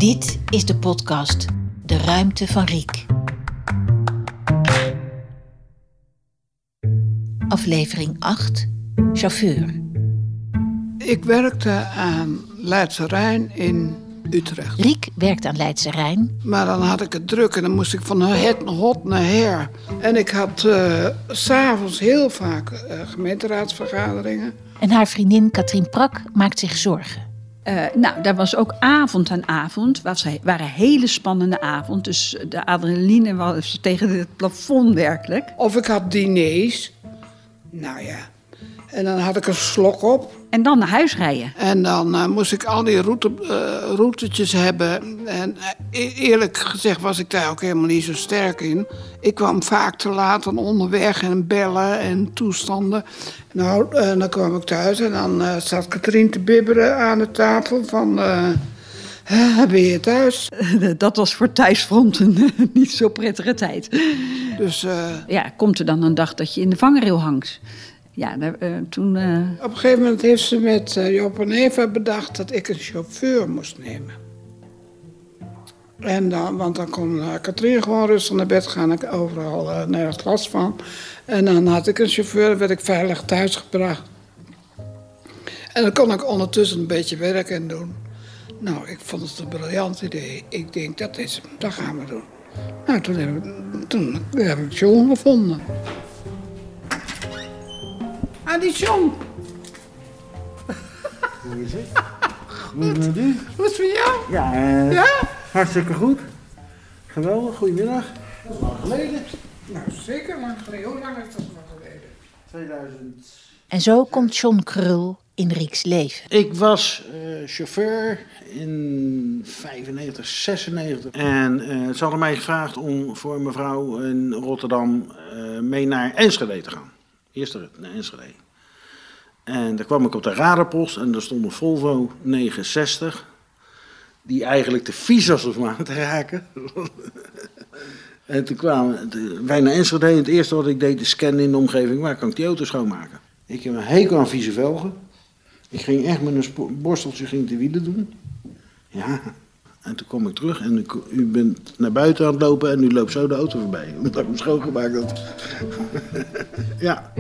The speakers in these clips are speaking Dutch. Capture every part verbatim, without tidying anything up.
Dit is de podcast De Ruimte van Riek. Aflevering acht, chauffeur. Ik werkte aan Leidse Rijn in Utrecht. Riek werkt aan Leidse Rijn. Maar dan had ik het druk en dan moest ik van het hot naar her. En ik had uh, 's avonds heel vaak uh, gemeenteraadsvergaderingen. En haar vriendin Katrien Prak maakt zich zorgen. Uh, nou, daar was ook avond aan avond. Was, waren hele spannende avond. Dus de adrenaline was tegen het plafond werkelijk. Of ik had diners. Nou ja. En dan had ik een slok op. En dan naar huis rijden. En dan uh, moest ik al die route, uh, routetjes hebben. En uh, eerlijk gezegd was ik daar ook helemaal niet zo sterk in. Ik kwam vaak te laat en onderweg en bellen en toestanden. Nou, uh, dan kwam ik thuis en dan uh, zat Katrien te bibberen aan de tafel van... Uh, uh, ben je thuis? Dat was voor thuisfront een niet zo prettige tijd. Dus, uh, ja, komt er dan een dag dat je in de vangrail hangt? Ja, daar, uh, toen... Uh... Op een gegeven moment heeft ze met uh, Job en Eva bedacht dat ik een chauffeur moest nemen. En dan, want dan kon uh, Katrien gewoon rustig naar bed gaan. Ik overal uh, nergens last van. En dan had ik een chauffeur, dan werd ik veilig thuisgebracht. En dan kon ik ondertussen een beetje werk doen. Nou, ik vond het een briljant idee. Ik denk, dat is hem, dat gaan we doen. Nou, toen heb ik, toen heb ik John gevonden. Ah, die John. Hoe is het? Hoe is het met u? Hoe is het met jou? Ja, uh, Ja? hartstikke goed. Geweldig, goedemiddag. Dat is lang geleden. Nou, zeker lang geleden. Hoe lang is dat nog geleden? tweeduizend. En zo komt John Krul in Rieks leven. Ik was uh, chauffeur in vijfennegentig, zesennegentig. En uh, ze hadden mij gevraagd om voor een mevrouw in Rotterdam uh, mee naar Enschede te gaan. Eerste rit naar Enschede. En daar kwam ik op de radarpost en daar stond een Volvo negenenzestig. Die eigenlijk te vies was om aan te raken. En toen kwamen wij naar Enschede. En het eerste wat ik deed, de scannen in de omgeving. Waar kan ik die auto schoonmaken? Ik heb een hekel aan vieze velgen. Ik ging echt met een spo- borsteltje ging de wielen doen. Ja. En toen kwam ik terug en ik, u bent naar buiten aan het lopen en u loopt zo de auto voorbij. Omdat ik hem schoongemaakt had. Ja.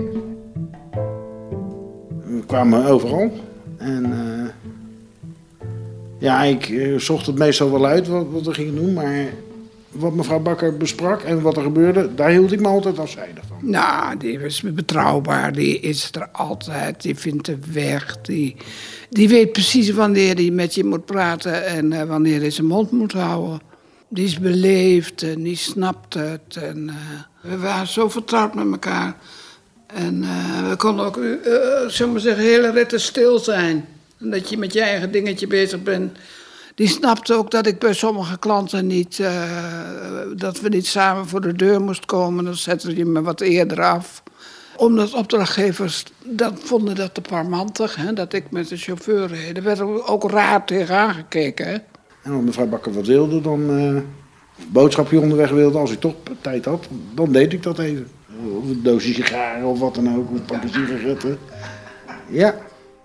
We kwamen overal. En uh, ja, ik uh, zocht het meestal wel uit wat, wat we gingen doen. Maar wat mevrouw Bakker besprak en wat er gebeurde, daar hield ik me altijd afzijdig van. Nou, die is betrouwbaar, die is er altijd, die vindt de weg. Die, die weet precies wanneer hij met je moet praten en uh, wanneer hij zijn mond moet houden. Die is beleefd en die snapt het. En, uh, we waren zo vertrouwd met elkaar. En uh, we konden ook, uh, zullen we maar zeggen, hele ritten stil zijn. En dat je met je eigen dingetje bezig bent. Die snapte ook dat ik bij sommige klanten niet, uh, dat we niet samen voor de deur moesten komen. Dan zette hij me wat eerder af. Omdat opdrachtgevers, dat vonden dat te parmantig, hè, dat ik met de chauffeur reed. Er werd ook raar tegen aangekeken. Hè. En als mevrouw Bakker wat wilde, dan uh, een boodschapje onderweg wilde, als ik toch tijd had, dan deed ik dat even. Of een doosje sigaren of wat dan ook, of een pakje sigaretten. Ja.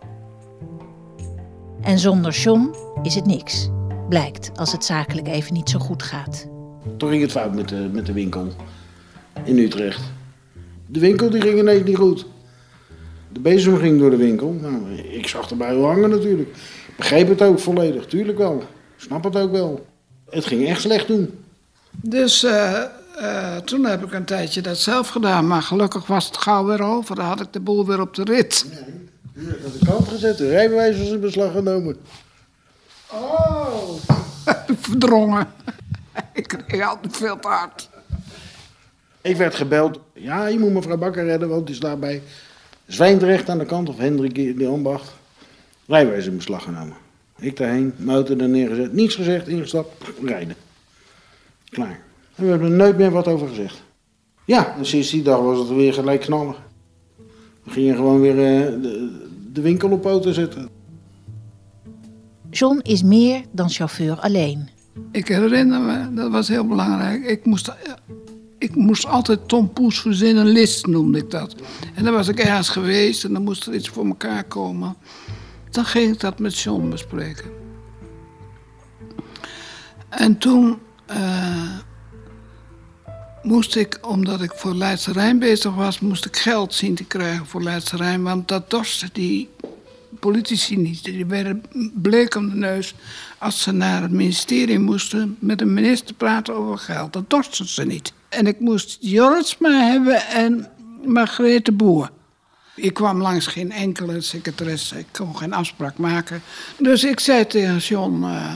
En zonder John is het niks. Blijkt als het zakelijk even niet zo goed gaat. Toen ging het fout met de, met de winkel in Utrecht. De winkel die ging ineens niet goed. De bezem ging door de winkel. Nou, ik zag erbij wel hangen natuurlijk. Begreep het ook volledig, tuurlijk wel. Snap het ook wel. Het ging echt slecht toen. Dus uh, uh, toen heb ik een tijdje dat zelf gedaan. Maar gelukkig was het gauw weer over. Dan had ik de boel weer op de rit. Nee, u hebt aan de kant gezet. De rijbewijs was in beslag genomen. Oh, verdrongen. Ik reed altijd veel te hard. Ik werd gebeld. Ja, je moet mevrouw Bakker redden, want die staat bij Zwijndrecht aan de kant. Of Hendrik de Ambacht. Rijbewijs in beslag genomen. Ik daarheen, motor daar neergezet. Niets gezegd, ingestapt, rijden. Klaar. En we hebben er nooit meer wat over gezegd. Ja, en sinds die dag was het weer gelijk knallen. We gingen gewoon weer uh, de, de winkel op poten zetten. John is meer dan chauffeur alleen. Ik herinner me, dat was heel belangrijk. Ik moest, ik moest altijd Tom Poes verzinnen, list noemde ik dat. En dan was ik ergens geweest en dan moest er iets voor elkaar komen. Dan ging ik dat met John bespreken. En toen uh, moest ik, omdat ik voor Leidse Rijn bezig was, moest ik geld zien te krijgen voor Leidse Rijn. Want dat dorsten die politici niet. Die werden bleek om de neus als ze naar het ministerie moesten met een minister praten over geld. Dat dorsten ze niet. En ik moest Jorritsma hebben en Margrethe de Boer. Ik kwam langs geen enkele secretaresse. Ik kon geen afspraak maken. Dus ik zei tegen John... Uh,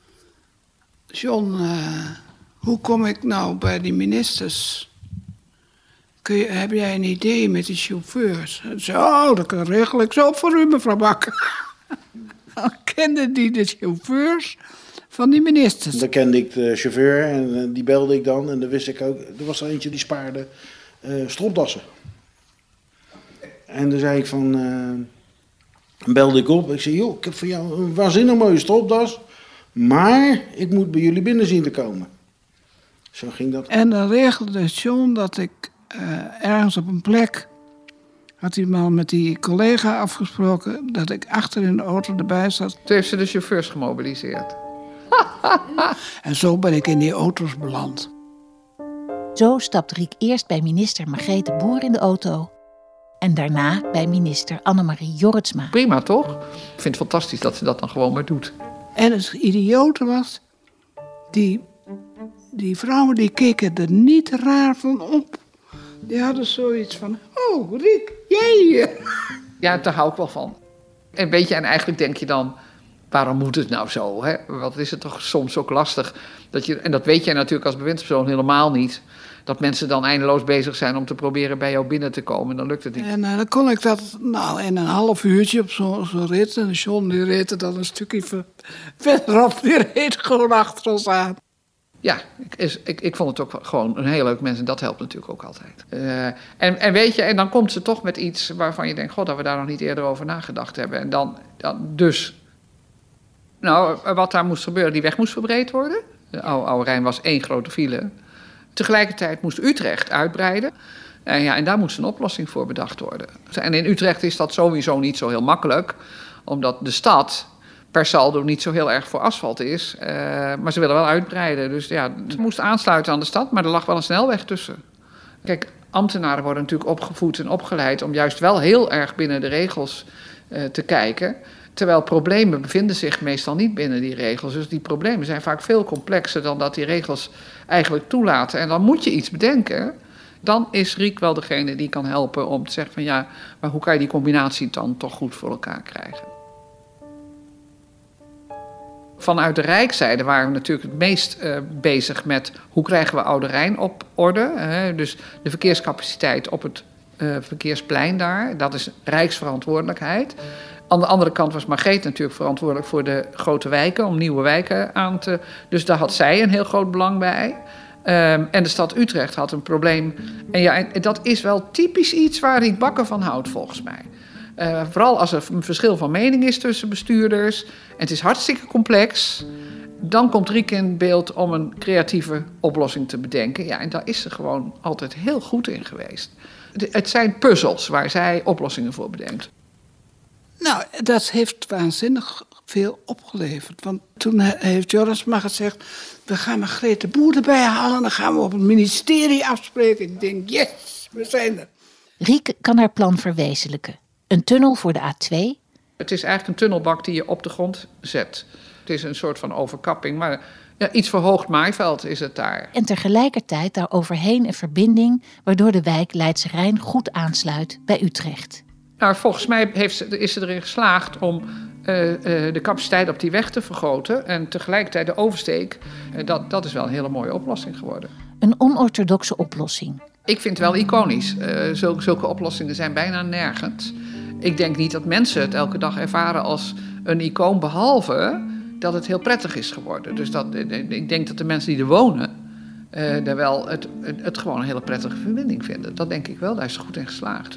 John, uh, hoe kom ik nou bij die ministers? Kun je, heb jij een idee met die chauffeurs? Hij zei, oh, dat regel ik zo voor u, mevrouw Bakker. Dan kende die de chauffeurs van die ministers. Dan kende ik de chauffeur en die belde ik dan. En dan wist ik ook, er was er eentje die spaarde uh, stropdassen. En dan zei ik van, uh, belde ik op. Ik zei, joh, ik heb voor jou een waanzinnig mooie stropdas. Maar ik moet bij jullie binnen zien te komen. Zo ging dat. En dan regelde John dat ik uh, ergens op een plek... had hij mal met die collega afgesproken... dat ik achter in de auto erbij zat. Toen heeft ze de chauffeurs gemobiliseerd. En zo ben ik in die auto's beland. Zo stapt Riek eerst bij minister Margrethe de Boer in de auto... en daarna bij minister Annemarie Jorritsma. Prima, toch? Ik vind het fantastisch dat ze dat dan gewoon maar doet. En het idiote was... die, die vrouwen die keken er niet raar van op. Die hadden zoiets van... oh, Riek, jij hier? Ja, daar hou ik wel van. En weet je, en eigenlijk denk je dan... waarom moet het nou zo? Hè? Wat is het toch soms ook lastig? Dat je, en dat weet jij natuurlijk als bewindspersoon helemaal niet... dat mensen dan eindeloos bezig zijn om te proberen bij jou binnen te komen. En dan lukt het niet. En uh, dan kon ik dat nou, in een half uurtje op zo'n zo rit. En John die reed er dan een stukje ver, verderop. Die reed gewoon achter ons aan. Ja, ik, ik, ik vond het ook gewoon een heel leuk mens. En dat helpt natuurlijk ook altijd. Uh, en, en weet je, en dan komt ze toch met iets waarvan je denkt... god, dat we daar nog niet eerder over nagedacht hebben. En dan, dan dus... Nou, wat daar moest gebeuren, die weg moest verbreed worden. De Oude, Oude Rijn was één grote file... Tegelijkertijd moest Utrecht uitbreiden. En, ja, en daar moest een oplossing voor bedacht worden. En in Utrecht is dat sowieso niet zo heel makkelijk. Omdat de stad per saldo niet zo heel erg voor asfalt is. Uh, maar ze willen wel uitbreiden. Dus ja, het moest aansluiten aan de stad. Maar er lag wel een snelweg tussen. Kijk, ambtenaren worden natuurlijk opgevoed en opgeleid... om juist wel heel erg binnen de regels uh, te kijken... Terwijl problemen bevinden zich meestal niet binnen die regels. Dus die problemen zijn vaak veel complexer dan dat die regels eigenlijk toelaten. En dan moet je iets bedenken. Dan is Riek wel degene die kan helpen om te zeggen van ja, maar hoe kan je die combinatie dan toch goed voor elkaar krijgen? Vanuit de Rijkszijde waren we natuurlijk het meest uh, bezig met hoe krijgen we Oude Rijn op orde. Uh, dus de verkeerscapaciteit op het uh, verkeersplein daar, dat is Rijksverantwoordelijkheid. Aan de andere kant was Margrethe natuurlijk verantwoordelijk voor de grote wijken, om nieuwe wijken aan te... Dus daar had zij een heel groot belang bij. Um, en de stad Utrecht had een probleem. En ja, en dat is wel typisch iets waar Riek Bakker van houdt, volgens mij. Uh, vooral als er een verschil van mening is tussen bestuurders. En het is hartstikke complex. Dan komt Riek in beeld om een creatieve oplossing te bedenken. Ja, en daar is ze gewoon altijd heel goed in geweest. Het zijn puzzels waar zij oplossingen voor bedenkt. Nou, dat heeft waanzinnig veel opgeleverd. Want toen heeft Jorritsma gezegd... we gaan Margrethe de Boer erbij halen... en dan gaan we op het ministerie afspreken. Ik denk, yes, we zijn er. Riek kan haar plan verwezenlijken. Een tunnel voor de A twee. Het is eigenlijk een tunnelbak die je op de grond zet. Het is een soort van overkapping, maar ja, iets verhoogd maaiveld is het daar. En tegelijkertijd daar overheen een verbinding... waardoor de wijk Leidse Rijn goed aansluit bij Utrecht. Nou, volgens mij heeft ze, is ze erin geslaagd om uh, uh, de capaciteit op die weg te vergroten... en tegelijkertijd de oversteek, uh, dat, dat is wel een hele mooie oplossing geworden. Een onorthodoxe oplossing. Ik vind het wel iconisch. Uh, zulke, zulke oplossingen zijn bijna nergens. Ik denk niet dat mensen het elke dag ervaren als een icoon... behalve dat het heel prettig is geworden. Dus dat, ik denk dat de mensen die er wonen... Uh, daar wel het, het gewoon een hele prettige verbinding vinden. Dat denk ik wel, daar is ze goed in geslaagd.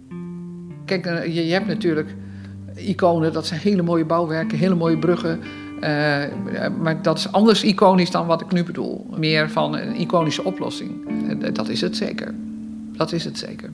Kijk, je, je hebt natuurlijk iconen, dat zijn hele mooie bouwwerken, hele mooie bruggen. Uh, maar dat is anders iconisch dan wat ik nu bedoel. Meer van een iconische oplossing. Uh, dat is het zeker. Dat is het zeker.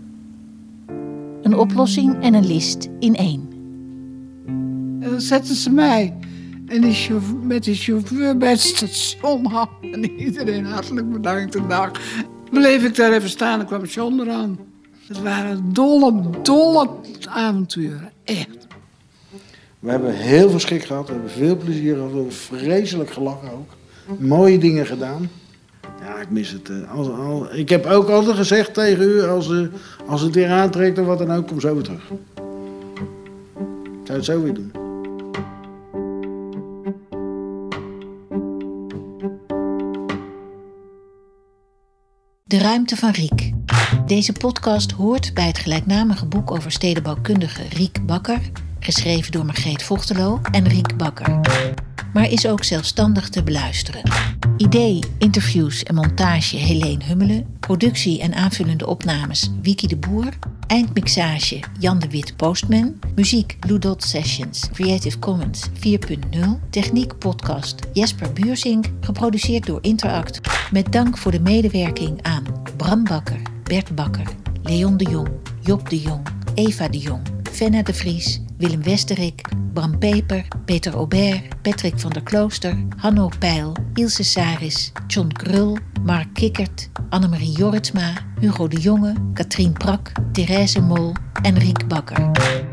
Een oplossing en een list in één. En dan zetten ze mij En die chauffeur, met die chauffeur bij het station af. En iedereen hartelijk bedankt de dag. Bleef ik daar even staan en kwam John eraan. Het waren dolle, dolle avonturen. Echt. We hebben heel veel schrik gehad. We hebben veel plezier gehad. We hebben vreselijk gelachen ook. Mooie dingen gedaan. Ja, ik mis het. Als, als, ik heb ook altijd gezegd tegen u, als, uh, als het weer aantrekt of wat dan ook, kom zo weer terug. Ik zou het zo weer doen. De ruimte van Riek. Deze podcast hoort bij het gelijknamige boek over stedenbouwkundige Riek Bakker, geschreven door Margreet Vochtelo en Riek Bakker, maar is ook zelfstandig te beluisteren. Idee, interviews en montage Helene Hummelen, productie en aanvullende opnames Wiki de Boer, eindmixage Jan de Wit Postman, muziek Blue Dot Sessions, Creative Commons vier punt nul, techniek podcast Jesper Buursink, geproduceerd door Interact, met dank voor de medewerking aan Bram Bakker, Bert Bakker, Leon de Jong, Job de Jong, Eva de Jong, Fenna de Vries, Willem Westerik, Bram Peper, Peter Aubert, Patrick van der Klooster, Hanno Peil, Ilse Saris, John Krul, Mark Kikkert, Annemarie Jorritsma, Hugo de Jonge, Katrien Prak, Therese Mol en Riek Bakker.